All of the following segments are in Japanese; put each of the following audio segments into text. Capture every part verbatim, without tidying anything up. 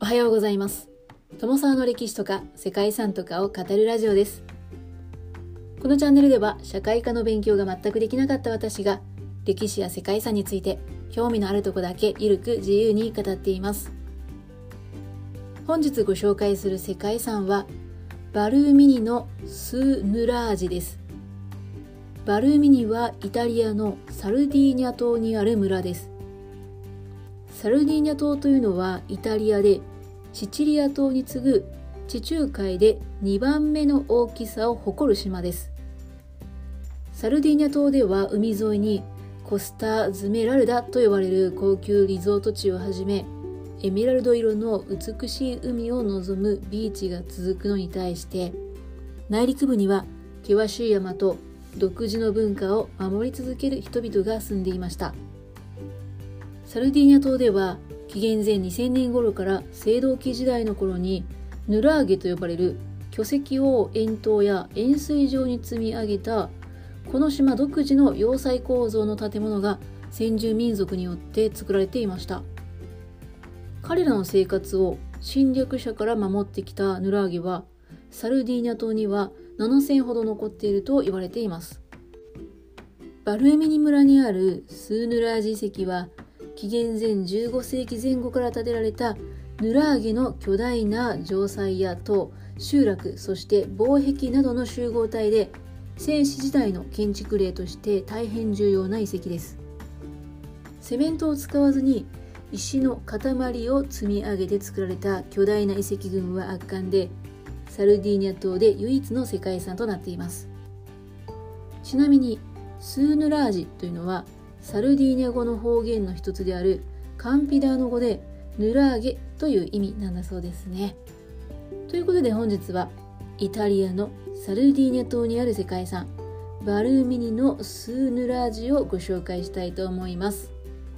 はようございます。友沢の歴史とか世界遺産とかを語るラジオです。このチャンネルでは社会科の勉強が全くできなかった私が歴史や世界遺産について興味のあるとこだけゆるく自由に語っています。本日ご紹介する世界遺産はバルーミニのスーヌラージです。バルーミニはイタリアのサルディーニャ島にある村です。サルディーニャ島というのはイタリアでシチリア島に次ぐ地中海でにばんめの大きさを誇る島です。サルディーニャ島では海沿いにコスタ・ズメラルダと呼ばれる高級リゾート地をはじめ、エメラルド色の美しい海を望むビーチが続くのに対して、内陸部には険しい山と独自の文化を守り続ける人々が住んでいました。サルディーニャ島では紀元前にせんねん頃から青銅器時代の頃にヌラーゲと呼ばれる巨石を円筒や円錐状に積み上げたこの島独自の要塞構造の建物が先住民族によって作られていました。彼らの生活を侵略者から守ってきたヌラーゲはサルディーニャ島にはななせんほど残っていると言われています。バルーミニ村にあるスーヌラージ遺跡は紀元前じゅうごせいきぜん後から建てられたヌラーゲの巨大な城塞や塔、集落、そして防壁などの集合体で先史時代の建築例として大変重要な遺跡です。セメントを使わずに石の塊を積み上げて作られた巨大な遺跡群は圧巻で、サルディーニャ島で唯一の世界遺産となっています。ちなみにスーヌラージというのはサルディーニャ語の方言の一つであるカンピダーノ語でヌラーゲという意味なんだそうですね。ということで本日はイタリアのサルディーニャ島にある世界遺産バルーミニのスーヌラージをご紹介したいと思います。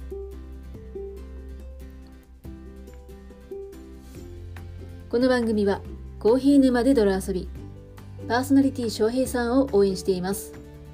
この番組はコーヒー沼で泥遊びパーソナリティ翔平さんを応援しています。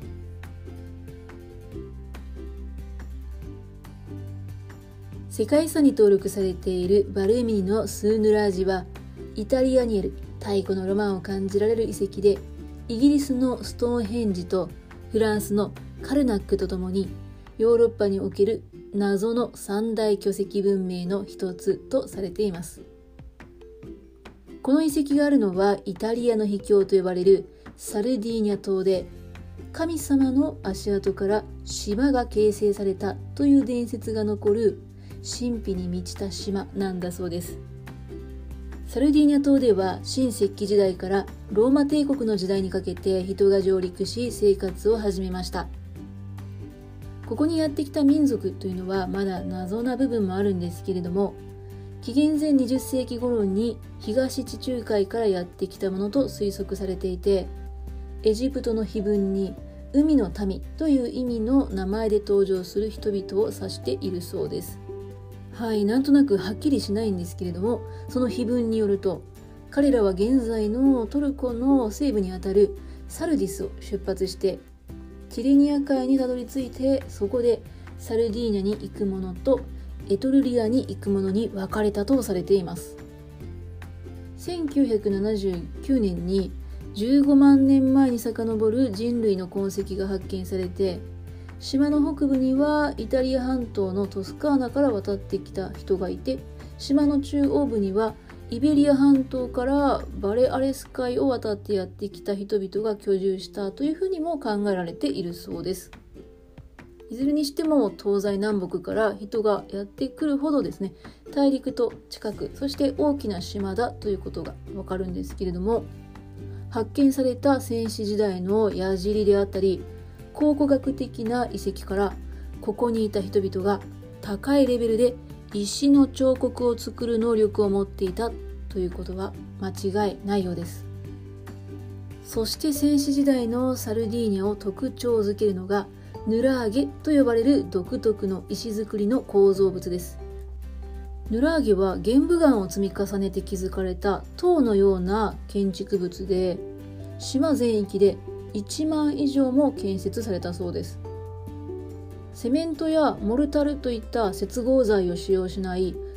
世界遺産に登録されているバルーミニのスーヌラージはイタリアにある太古のロマンを感じられる遺跡で、イギリスのストーンヘンジとフランスのカルナックとともにヨーロッパにおける謎の三大巨石文明の一つとされています。この遺跡があるのはイタリアの秘境と呼ばれるサルディーニャ島で、神様の足跡から島が形成されたという伝説が残る神秘に満ちた島なんだそうです。サルディーニャ島では新石器時代からローマ帝国の時代にかけて人が上陸し生活を始めました。ここにやってきた民族というのはまだ謎な部分もあるんですけれども、紀元前にじゅっせいき頃に東地中海からやってきたものと推測されていて、エジプトの碑文に海の民という意味の名前で登場する人々を指しているそうです。はい、なんとなくはっきりしないんですけれども、その碑文によると彼らは現在のトルコの西部にあたるサルディスを出発してティレニア海にたどり着いて、そこでサルディーニャに行く者とエトルリアに行く者に分かれたとされています。せんきゅうひゃくななじゅうきゅうねんにじゅうごまんねんまえに遡る人類の痕跡が発見されて、島の北部にはイタリア半島のトスカーナから渡ってきた人がいて、島の中央部にはイベリア半島からバレアレス海を渡ってやってきた人々が居住したというふうにも考えられているそうです。いずれにしても東西南北から人がやってくるほどですね、大陸と近く、そして大きな島だということがわかるんですけれども、発見された先史時代の矢尻であったり考古学的な遺跡から、ここにいた人々が高いレベルで石の彫刻を作る能力を持っていたということは間違いないようです。そして先史時代のサルディーニャを特徴づけるのがヌラーゲと呼ばれる独特の石造りの構造物です。ヌラーゲは玄武岩を積み重ねて築かれた塔のような建築物で、島全域でいちまんいじょうも建設されたそうです。セメントやモルタルといった接合材を使用しない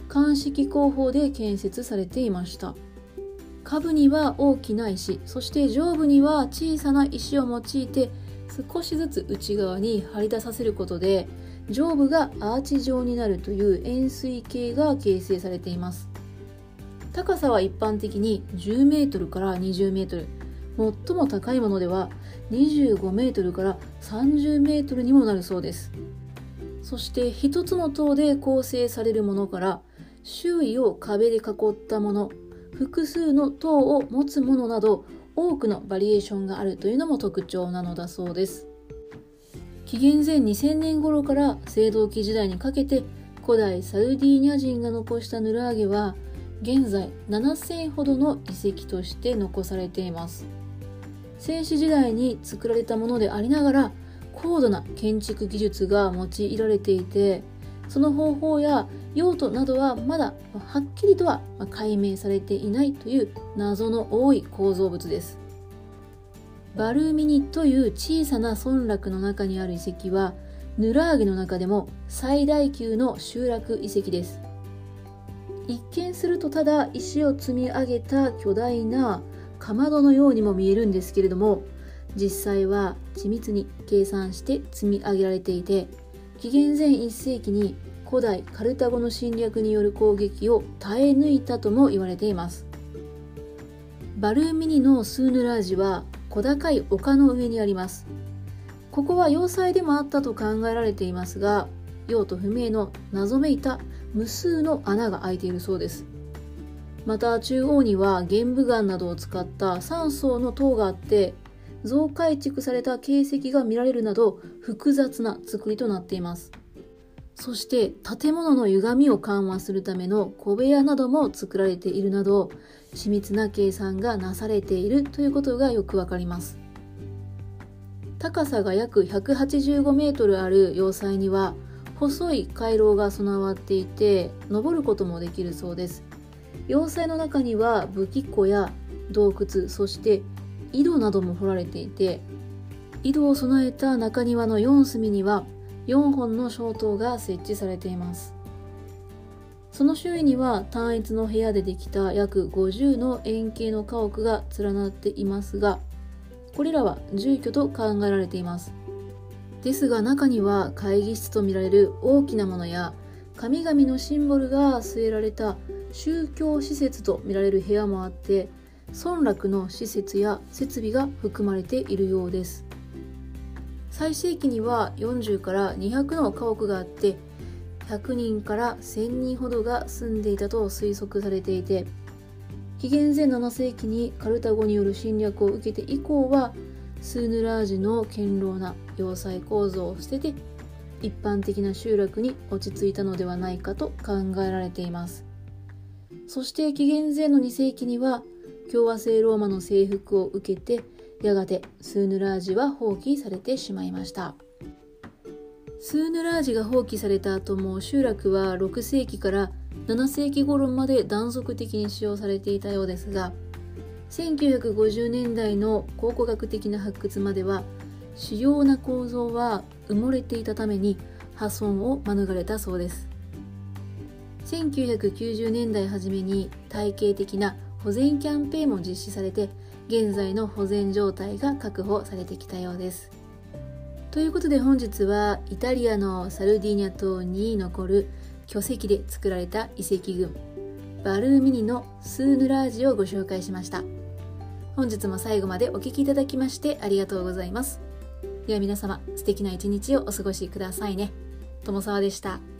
鑑識工法で建設されていました。下部には大きな石、そして上部には小さな石を用いて少しずつ内側に張り出させることで上部がアーチ状になるという円錐形が形成されています。高さは一般的にじゅうメートルからにじゅうメートル、最も高いものではにじゅうごメートルからさんじゅうメートルにもなるそうです。そして一つの塔で構成されるものから周囲を壁で囲ったもの、複数の塔を持つものなど多くのバリエーションがあるというのも特徴なのだそうです。紀元前にせんねん頃から青銅器時代にかけて古代サルディーニャ人が残したヌラーゲは現在ななせんほどの遺跡として残されています。先史時代に作られたものでありながら高度な建築技術が用いられていて、その方法や用途などはまだはっきりとは解明されていないという謎の多い構造物です。バルーミニという小さな村落の中にある遺跡はヌラーゲの中でも最大級の集落遺跡です。一見するとただ石を積み上げた巨大なかまどのようにも見えるんですけれども、実際は緻密に計算して積み上げられていて、紀元前いっ世紀に古代カルタゴの侵略による攻撃を耐え抜いたとも言われています。バルーミニのスーヌラージは小高い丘の上にあります。ここは要塞でもあったと考えられていますが、用途不明の謎めいた無数の穴が開いているそうです。また中央には玄武岩などを使ったさん層の塔があって、増改築された形跡が見られるなど複雑な作りとなっています。そして建物の歪みを緩和するための小部屋なども作られているなど緻密な計算がなされているということがよくわかります。高さが約ひゃくはちじゅうごメートルある要塞には細い回廊が備わっていて登ることもできるそうです。要塞の中には武器庫や洞窟、そして井戸なども掘られていて、井戸を備えた中庭のよん隅にはよんほんの小塔が設置されています。その周囲には単一の部屋でできた約ごじゅうの円形の家屋が連なっていますが、これらは住居と考えられています。ですが中には会議室とみられる大きなものや神々のシンボルが据えられた宗教施設とみられる部屋もあって、村落の施設や設備が含まれているようです。最盛期にはよんじゅうからにひゃくの家屋があって、ひゃくにんからせんにんほどが住んでいたと推測されていて、紀元前なな世紀にカルタゴによる侵略を受けて以降はスーヌラージの堅牢な要塞構造を捨てて一般的な集落に落ち着いたのではないかと考えられています。そして紀元前のに世紀には共和制ローマの征服を受けて、やがてスーヌラージは放棄されてしまいました。スーヌラージが放棄された後も集落はろく世紀からなな世紀頃まで断続的に使用されていたようですが、せんきゅうひゃくごじゅうねんだいの考古学的な発掘までは主要な構造は埋もれていたために破損を免れたそうです。せんきゅうひゃくきゅうじゅうねんだい初めに体系的な保全キャンペーンも実施されて、現在の保全状態が確保されてきたようです。ということで本日はイタリアのサルディーニャ島に残る巨石で作られた遺跡群バルーミニのスーヌラージをご紹介しました。本日も最後までお聞きいただきましてありがとうございます。では皆様、素敵な一日をお過ごしくださいね。友沢でした。